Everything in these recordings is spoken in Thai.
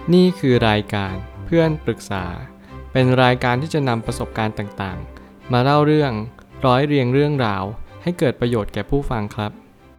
นี่คือรายการเพื่อนปรึกษาเป็นรายการที่จะนำประสบการณ์ต่างๆมาเล่าเรื่องร้อยเรียงเรื่องราวให้เกิดประโยชน์แก่ผู้ฟังครับ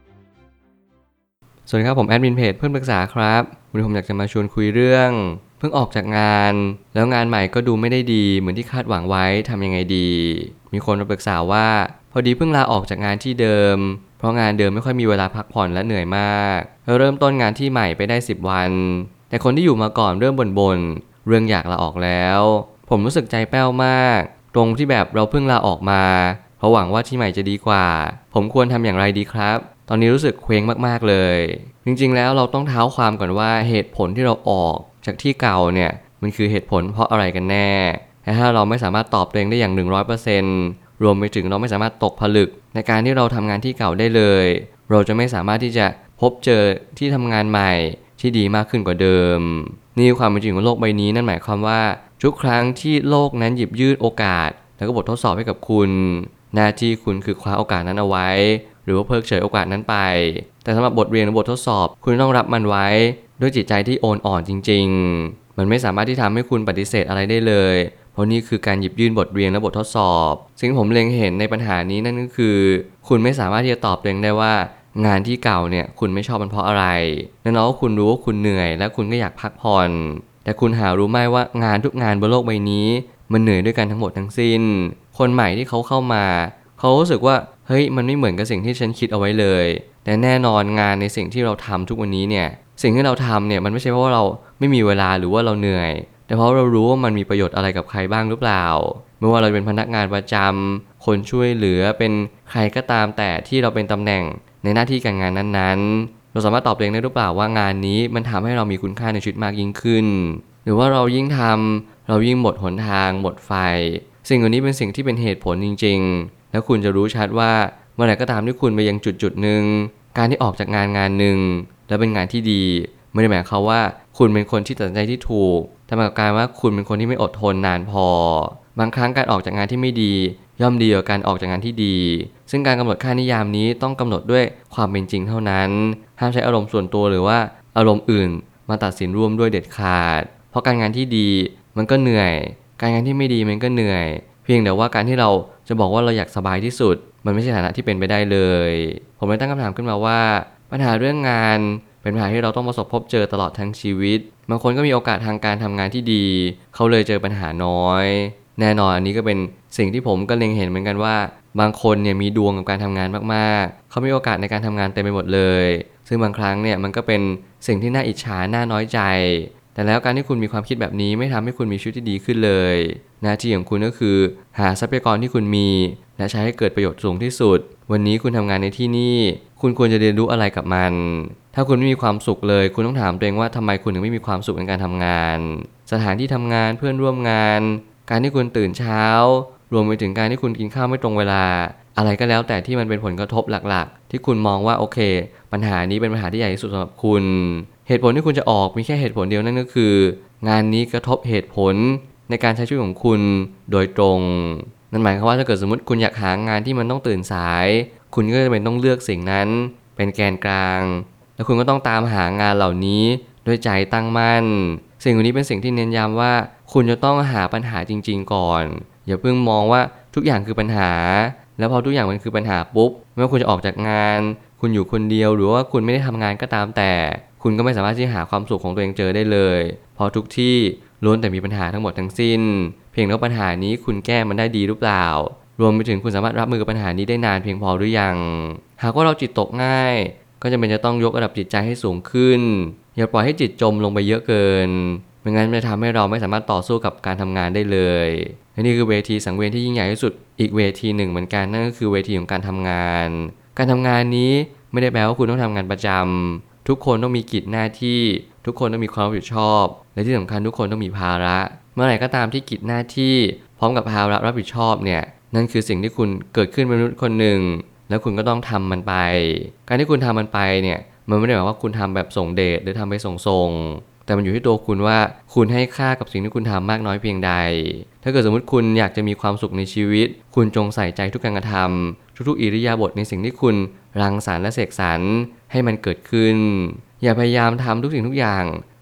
สวัสดีครับผมแอดมินเพจเพื่อนปรึกษาครับวันนี้ผมอยากจะมาชวนคุยเรื่องเพิ่งออกจากงานแล้วงานใหม่ก็ดูไม่ได้ดีเหมือนที่คาดหวังไว้ทำยังไงดีมีคนมาปรึกษาว่าพอดีเพิ่งลาออกจากงานที่เดิมเพราะงานเดิมไม่ค่อยมีเวลาพักผ่อนและเหนื่อยมากเริ่มต้นงานที่ใหม่ไปได้10 วันแต่คนที่อยู่มาก่อนเริ่มบ่นเรื่องอยากลาออกแล้วผมรู้สึกใจแป้วมากตรงที่แบบเราเพิ่งลาออกมาเพราะหวังว่าที่ใหม่จะดีกว่าผมควรทำอย่างไรดีครับตอนนี้รู้สึกเคว้งมากๆเลยจริงๆแล้วเราต้องเท้าความก่อนว่าเหตุผลที่เราออกจากที่เก่าเนี่ยมันคือเหตุผลเพราะอะไรกันแน่และถ้าเราไม่สามารถตอบตัวเองได้อย่าง 100% รวมไปถึงเราไม่สามารถตกผลึกในการที่เราทำงานที่เก่าได้เลยเราจะไม่สามารถที่จะพบเจอที่ทำงานใหม่ที่ดีมากขึ้นกว่าเดิมนี่คือความเป็นจริงของโลกใบนี้นั่นหมายความว่าทุกครั้งที่โลกนั้นหยิบยื่นโอกาสแล้วก็บททดสอบให้กับคุณหน้าที่คุณคือคว้าโอกาสนั้นเอาไว้หรือว่าเพิกเฉยโอกาสนั้นไปแต่สำหรับบทเรียนหรือบททดสอบคุณต้องรับมันไว้ด้วยจิตใจที่โอนอ่อนจริงๆมันไม่สามารถที่ทำให้คุณปฏิเสธอะไรได้เลยเพราะนี่คือการหยิบยื่นบทเรียนและบททดสอบสิ่งที่ผมเล็งเห็นในปัญหานี้นั่นก็คือคุณไม่สามารถที่จะตอบตัวเองได้ว่างานที่เก่าเนี่ยคุณไม่ชอบมันเพราะอะไรแน่นอนว่าคุณรู้ว่าคุณเหนื่อยและคุณก็อยากพักผ่อนแต่คุณหารู้ไหมว่างานทุกงานบนโลกใบนี้มันเหนื่อยด้วยกันทั้งหมดทั้งสิ้นคนใหม่ที่เขาเข้ามาเขารู้สึกว่าเฮ้ยมันไม่เหมือนกับสิ่งที่ฉันคิดเอาไว้เลยแต่แน่นอนงานในสิ่งที่เราทำทุกวันนี้เนี่ยสิ่งที่เราทำเนี่ยมันไม่ใช่เพราะว่าเราไม่มีเวลาหรือว่าเราเหนื่อยแต่เพราะเรารู้ว่ามันมีประโยชน์อะไรกับใครบ้างหรือเปล่าไม่ว่าเราเป็นพนักงานประจำคนช่วยเหลือเป็นใครก็ตามแต่ที่เราเป็นตำแหน่งในหน้าที่การงานนั้นๆเราสามารถตอบตัวเองได้หรือเปล่าว่างานนี้มันทำให้เรามีคุณค่าในชีวิตมากยิ่งขึ้นหรือว่าเรายิ่งทำเรายิ่งหมดหนทางหมดไฟสิ่งเหล่านี้เป็นสิ่งที่เป็นเหตุผลจริงๆแล้วคุณจะรู้ชัดว่าเมื่อไหร่ก็ตามที่คุณไปยังจุดหนึ่งการที่ออกจากงานหนึ่งแล้วเป็นงานที่ดีไม่ได้หมายความว่าคุณเป็นคนที่ตัดสินใจที่ถูกแต่หมายความว่าคุณเป็นคนที่ไม่อดทนนานพอบางครั้งการออกจากงานที่ไม่ดีย่อมดีกว่าการออกจากงานที่ดีซึ่งการกำหนดค่านิยามนี้ต้องกำหนดด้วยความเป็นจริงเท่านั้นห้ามใช้อารมณ์ส่วนตัวหรือว่าอารมณ์อื่นมาตัดสินร่วมด้วยเด็ดขาดเพราะการงานที่ดีมันก็เหนื่อยการงานที่ไม่ดีมันก็เหนื่อยเพียงแต่ว่าการที่เราจะบอกว่าเราอยากสบายที่สุดมันไม่ใช่ฐานะที่เป็นไปได้เลยผมเลยตั้งคำถามขึ้นมาว่าปัญหาเรื่องงานเป็นปัญหาที่เราต้องประสบพบเจอตลอดทั้งชีวิตบางคนก็มีโอกาสทางการทำงานที่ดีเขาเลยเจอปัญหาน้อยแน่นอนอันนี้ก็เป็นสิ่งที่ผมก็เล็งเห็นเหมือนกันว่าบางคนเนี่ยมีดวงกับการทำงานมากๆเขามีโอกาสในการทำงานเต็มไปหมดเลยซึ่งบางครั้งเนี่ยมันก็เป็นสิ่งที่น่าอิจฉาน่าน้อยใจแต่แล้วการที่คุณมีความคิดแบบนี้ไม่ทำให้คุณมีชีวิตที่ดีขึ้นเลยหน้าที่ของคุณก็คือหาทรัพยากรที่คุณมีและใช้ให้เกิดประโยชน์สูงที่สุดวันนี้คุณทำงานในที่นี่คุณควรจะเรียนรู้อะไรกับมันถ้าคุณไม่มีความสุขเลยคุณต้องถามตัวเองว่าทำไมคุณถึงไม่มีความสุขในการทำงานสถานที่ทำงานเพื่อนร่วมงานการที่คุณตื่นเช้ารวมไปถึงการที่คุณกินข้าวไม่ตรงเวลาอะไรก็แล้วแต่ที่มันเป็นผลกระทบหลักๆที่คุณมองว่าโอเคปัญหานี้เป็นปัญหาที่ใหญ่ที่สุดสำหรับคุณเหตุผลที่คุณจะออกมีแค่เหตุผลเดียวนั่นก็คืองานนี้กระทบเหตุผลในการใช้ชีวิตของคุณโดยตรงนั่นหมายความว่าถ้าเกิดสมมติคุณอยากหางานที่มันต้องตื่นสายคุณก็จะเป็นต้องเลือกสิ่งนั้นเป็นแกนกลางแล้วคุณก็ต้องตามหางานเหล่านี้ด้วยใจตั้งมั่นสิ่งเหล่านี้เป็นสิ่งที่เน้นย้ำว่าคุณจะต้องหาปัญหาจริงๆก่อนอย่าเพิ่งมองว่าทุกอย่างคือปัญหาแล้วพอทุกอย่างมันคือปัญหาปุ๊บไม่ว่าคุณจะออกจากงานคุณอยู่คนเดียวหรือว่าคุณไม่ได้ทำงานก็ตามแต่คุณก็ไม่สามารถที่จะหาความสุขของตัวเองเจอได้เลยเพราะทุกที่ล้วนแต่มีปัญหาทั้งหมดทั้งสิ้นเพียงแต่ปัญหานี้คุณแก้มันได้ดีหรือเปล่ารวมไปถึงคุณสามารถรับมือกับปัญหานี้ได้นานเพียงพอหรือยังหากว่าเราจิตตกง่ายก็จำเป็นจะต้องยกระดับจิตใจให้สูงขึ้นอย่าปล่อยให้จิตจมลงไปเยอะเกินไม่งั้นจะทำให้เราไม่สามารถต่อสู้กับการทำงานได้เลยและนี่คือเวทีสังเวียนที่ยิ่งใหญ่ที่สุดอีกเวทีหนึ่งเหมือนกันนั่นก็คือเวทีของการทำงานการทำงานนี้ไม่ได้แปลว่าคุณต้องทำงานประจำทุกคนต้องมีกิจหน้าที่ทุกคนต้องมีความรับผิดชอบและที่สำคัญทุกคนต้องมีภาระเมื่อไหร่ก็ตามที่กิจหน้าที่พร้อมกับภาระรับผิดชอบเนี่ยนั่นคือสิ่งที่คุณเกิดขึ้นเป็นมนุษย์คนหนึ่งแล้วคุณก็ต้องทำมันไปการที่คุณทำมันไปเนี่ยมันไม่ได้หมายว่าคุณทำแบบส่งเดชหรือทำไปส่งแต่มันอยู่ที่ตัวคุณว่าคุณให้ค่ากับสิ่งที่คุณทำมากน้อยเพียงใดถ้าเกิดสมมติคุณอยากจะมีความสุขในชีวิตคุณจงใส่ใจทุกการกระทำทุกๆอิริยาบถในสิ่งที่คุณรังสรรค์และเสกสรรให้มันเกิดขึ้นอย่าพยายามทำทุกสิ่งทุกอย่าง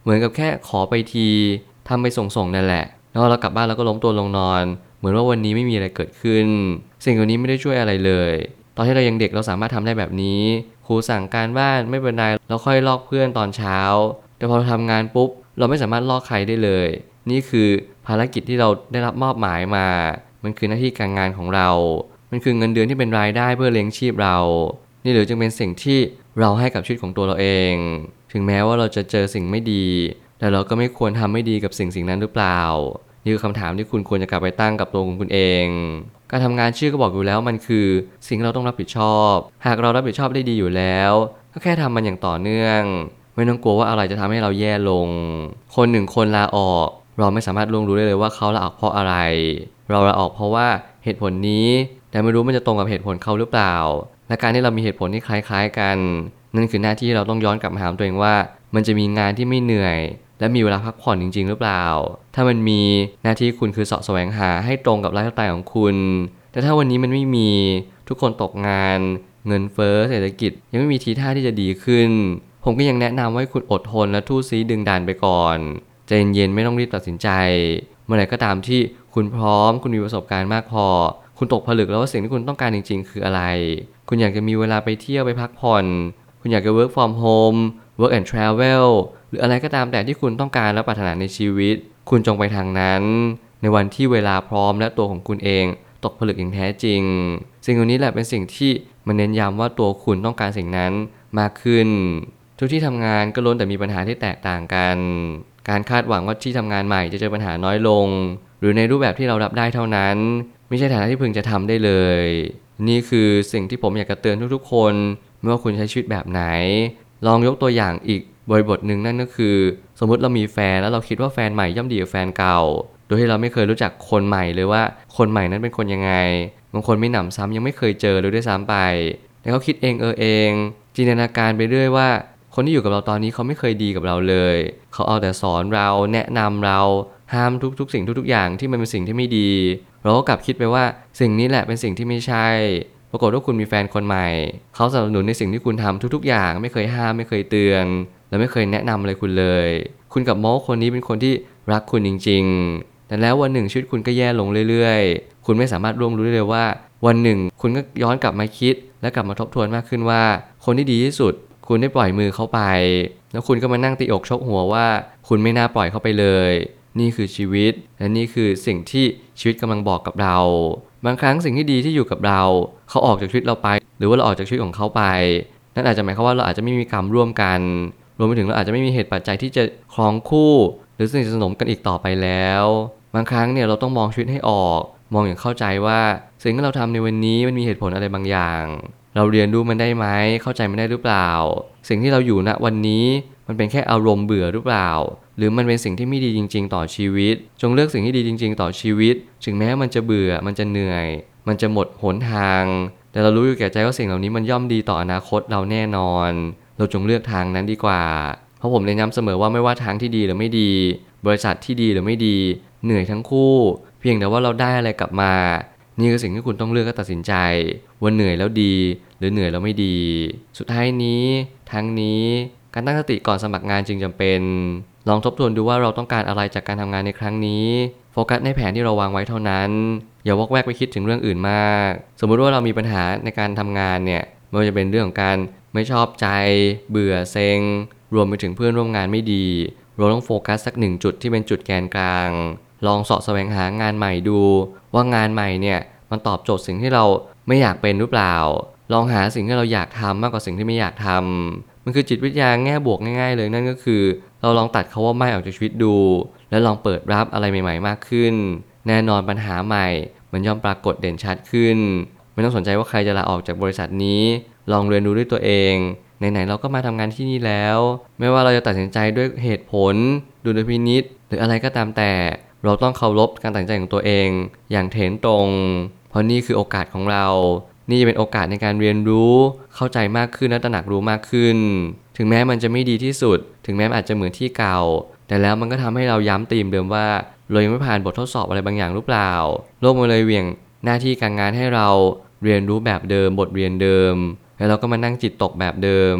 เหมือนกับแค่ขอไปทีทำไปส่งๆนั่นแหละแล้วเรากลับบ้านแล้วก็ล้มตัวลงนอนเหมือนว่าวันนี้ไม่มีอะไรเกิดขึ้นสิ่งเหล่านี้ไม่ได้ช่วยอะไรเลยตอนที่เรายังเด็กเราสามารถทำได้แบบนี้ครูสั่งการบ้านไม่เป็นไรเราค่อยลอกเพื่อนตอนเช้าแต่พอเราทำงานปุ๊บเราไม่สามารถลอกใครได้เลยนี่คือภารกิจที่เราได้รับมอบหมายมามันคือหน้าที่การงานของเรามันคือเงินเดือนที่เป็นรายได้เพื่อเลี้ยงชีพเรานี่หรือจึงเป็นสิ่งที่เราให้กับชีวิตของตัวเราเองถึงแม้ว่าเราจะเจอสิ่งไม่ดีแต่เราก็ไม่ควรทำไม่ดีกับสิ่งนั้นหรือเปล่านี่คือคำถามที่คุณควรจะกลับไปตั้งกับตัวของคุณเองการทำงานชื่อก็บอกอยู่แล้วมันคือสิ่งที่เราต้องรับผิดชอบหากเรารับผิดชอบได้ดีอยู่แล้วก็แค่ทำมันอย่างต่อเนื่องไม่ต้องกลัวว่าอะไรจะทำให้เราแย่ลงคนหนึ่งคนลาออกเราไม่สามารถล่วงรู้ได้เลยว่าเขาลาออกเพราะอะไรเราลาออกเพราะว่าเหตุผลนี้แต่ไม่รู้มันจะตรงกับเหตุผลเขาหรือเปล่าและการที่เรามีเหตุผลที่คล้ายๆกันนั่นคือหน้าที่เราต้องย้อนกลับมาถามตัวเองว่ามันจะมีงานที่ไม่เหนื่อยและมีเวลาพักผ่อนจริงๆหรือเปล่าถ้ามันมีหน้าที่คุณคือเสาะแสวงหาให้ตรงกับไลฟ์สไตล์ของคุณแต่ถ้าวันนี้มันไม่มีทุกคนตกงานเงินเฟ้อเศรษฐกิจยังไม่มีทีท่าที่จะดีขึ้นผมก็ยังแนะนำว่าให้คุณอดทนและทู่ซีดึงดันไปก่อนใจเย็นๆไม่ต้องรีบตัดสินใจเมื่อไหร่ก็ตามที่คุณพร้อมคุณมีประสบการณ์มากพอคุณตกผลึกแล้วว่าสิ่งที่คุณต้องการจริงๆคืออะไรคุณอยากจะมีเวลาไปเที่ยวไปพักผ่อนคุณอยากจะ work from home work and travel หรืออะไรก็ตามแต่ที่คุณต้องการและปรารถนาในชีวิตคุณจงไปทางนั้นในวันที่เวลาพร้อมและตัวของคุณเองตกผลึกอย่างแท้จริงสิ่งเหล่านี้แหละเป็นสิ่งที่มันเน้นย้ำว่าตัวคุณต้องการสิ่งนั้นมากขึ้นทุกที่ทำงานก็ล้วนแต่มีปัญหาที่แตกต่างกันการคาดหวังว่าที่ทำงานใหม่จะเจอปัญหาน้อยลงหรือในรูปแบบที่เรารับได้เท่านั้นไม่ใช่ฐานะที่พึงจะทำได้เลยนี่คือสิ่งที่ผมอยากจะเตือนทุกๆคนไม่ว่าคุณใช้ชีวิตแบบไหนลองยกตัวอย่างอีกบริบทหนึ่งนั่นก็คือสมมุติเรามีแฟนแล้วเราคิดว่าแฟนใหม่ย่อมดีกว่าแฟนเก่าโดยที่เราไม่เคยรู้จักคนใหม่เลยว่าคนใหม่นั้นเป็นคนยังไงบางคนไม่หนำซ้ำยังไม่เคยเจอเลยด้วยซ้ำไปแต่เขาคิดเองจินตนาการไปเรื่อยว่าคนที่อยู่กับเราตอนนี้เขาไม่เคยดีกับเราเลยเขาเอาแต่สอนเราแนะนำเราห้ามทุกๆสิ่งทุกๆอย่างที่มันเป็นสิ่งที่ไม่ดีเราก็กลับคิดไปว่าสิ่งนี้แหละเป็นสิ่งที่ไม่ใช่ปรากฏว่าคุณมีแฟนคนใหม่เขาสนับสนุนในสิ่งที่คุณทำทุกๆอย่างไม่เคยห้ามไม่เคยเตือนและไม่เคยแนะนำอะไรคุณเลยคุณกับโม้คนนี้เป็นคนที่รักคุณจริงๆแต่แล้ววันหนึ่งชีวิตคุณก็แย่ลงเรื่อยๆคุณไม่สามารถร่วงรู้ได้เลยว่าวันหนึ่งคุณก็ย้อนกลับมาคิดและกลับมาทบทวนมากขึ้นว่าคนที่ดีที่สุดคุณได้ปล่อยมือเขาไปแล้วคุณก็มานั่งตีอกชกหัวว่าคุณไม่น่าปล่อยเขาไปเลยนี่คือชีวิตและนี่คือสิ่งที่ชีวิตกำลังบอกกับเราบางครั้งสิ่งที่ดีที่อยู่กับเราเขาออกจากชีวิตเราไปหรือว่าเราออกจากชีวิตของเขาไปนั่นอาจจะหมายความว่าเราอาจจะไม่มีกรรมร่วมกันรวมไปถึงเราอาจจะไม่มีเหตุปัจจัยที่จะครองคู่หรือสนิทสนมกันอีกต่อไปแล้วบางครั้งเนี่ยเราต้องมองชีวิตให้ออกมองอย่างเข้าใจว่าสิ่งที่เราทำในวันนี้มันมีเหตุผลอะไรบางอย่างเราเรียนรู้มันได้ไหมเข้าใจมันได้หรือเปล่าสิ่งที่เราอยู่ณวันนี้มันเป็นแค่อารมณ์เบื่อหรือเปล่าหรือมันเป็นสิ่งที่ไม่ดีจริงๆต่อชีวิตจงเลือกสิ่งที่ดีจริงๆต่อชีวิตถึงแม้มันจะเบื่อมันจะเหนื่อยมันจะหมดหนทางแต่เรารู้อยู่แก่ใจว่าสิ่งเหล่านี้มันย่อมดีต่ออนาคตเราแน่นอนเราจงเลือกทางนั้นดีกว่าเพราะผมเน้นย้ำเสมอว่าไม่ว่าทางที่ดีหรือไม่ดีบริษัทที่ดีหรือไม่ดีเหนื่อยทั้งคู่เพียงแต่ว่าเราได้อะไรกลับมานี่คือสิ่งที่คุณต้องเลือกและตัดสินใจว่าเหนื่อยแล้วดีหรือเหนื่อยแล้วไม่ดีสุดท้ายนี้ทั้งนี้การตั้งสติก่อนสมัครงานจึงจำเป็นลองทบทวนดูว่าเราต้องการอะไรจากการทำงานในครั้งนี้โฟกัสในแผนที่เราวางไว้เท่านั้นอย่าวอกแวกไปคิดถึงเรื่องอื่นมากสมมุติว่าเรามีปัญหาในการทำงานเนี่ยไม่ว่าจะเป็นเรื่องของการไม่ชอบใจเบื่อเซ็งรวมไปถึงเพื่อนร่วมงานไม่ดีเราต้องโฟกัสสักหนึ่งจุดที่เป็นจุดแกนกลางลองเสาะแสวงหางานใหม่ดูว่างานใหม่เนี่ยมันตอบโจทย์สิ่งที่เราไม่อยากเป็นหรือเปล่าลองหาสิ่งที่เราอยากทำมากกว่าสิ่งที่ไม่อยากทำมันคือจิตวิทยาแง่บวกง่ายๆเลยนั่นก็คือเราลองตัดคำว่าไม่ออกจากชีวิตดูและลองเปิดรับอะไรใหม่ๆมากขึ้นแน่นอนปัญหาใหม่มันย่อมปรากฏเด่นชัดขึ้นไม่ต้องสนใจว่าใครจะลาออกจากบริษัทนี้ลองเรียนรู้ด้วยตัวเองไหนๆเราก็มาทำงานที่นี่แล้วไม่ว่าเราจะตัดสินใจด้วยเหตุผลดุลพินิจหรืออะไรก็ตามแต่เราต้องเคารพการตัดสินใจของตัวเองอย่างเถนตรงเพราะนี่คือโอกาสของเรานี่จะเป็นโอกาสในการเรียนรู้เข้าใจมากขึ้นและตระหนักรู้มากขึ้นถึงแม้มันจะไม่ดีที่สุดถึงแม้มันอาจจะเหมือนที่เก่าแต่แล้วมันก็ทำให้เราย้ำธีมเดิมว่าเรายังไม่ผ่านบททดสอบอะไรบางอย่างหรือเปล่าโลกมันเลยเหวี่ยงหน้าที่การงานให้เราเรียนรู้แบบเดิมบทเรียนเดิมแล้วเราก็มานั่งจิตตกแบบเดิม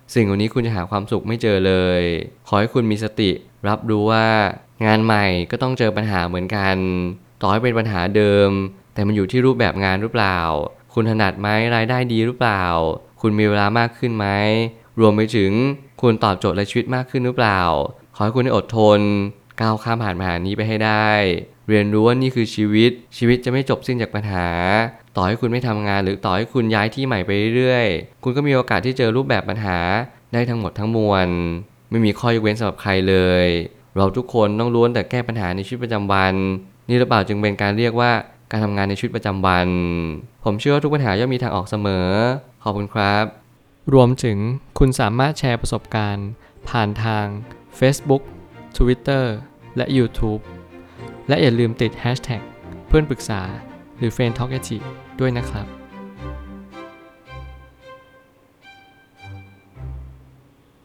สิ่งเหล่านี้คุณจะหาความสุขไม่เจอเลย ขอให้คุณมีสติรับรู้ว่างานใหม่ก็ต้องเจอปัญหาเหมือนกันต่อให้เป็นปัญหาเดิมแต่มันอยู่ที่รูปแบบงานหรือเปล่าคุณถนัดไหมรายได้ดีหรือเปล่าคุณมีเวลามากขึ้นไหมรวมไปถึงคุณตอบโจทย์ในชีวิตมากขึ้นหรือเปล่าขอให้คุณได้อดทนก้าวข้ามผ่านปัญหานี้ไปให้ได้เรียนรู้ว่านี่คือชีวิตจะไม่จบสิ้นจากปัญหาต่อให้คุณไม่ทำงานหรือต่อให้คุณย้ายที่ใหม่ไปเรื่อยๆคุณก็มีโอกาสที่เจอรูปแบบปัญหาได้ทั้งหมดทั้งมวลไม่มีข้อยกเว้นสำหรับใครเลยเราทุกคนต้องล้วนแต่แก้ปัญหาในชีวิตประจำวันนี่หรือเปล่าจึงเป็นการเรียกว่าการทำงานในชีวิตประจำวันผมเชื่อว่าทุกปัญหาย่อมมีทางออกเสมอขอบคุณครับรวมถึงคุณสามารถแชร์ประสบการณ์ผ่านทาง Facebook Twitter และ YouTube และอย่าลืมติด Hashtag เพื่อนปรึกษาหรือ Friend Talk ด้วยนะครับ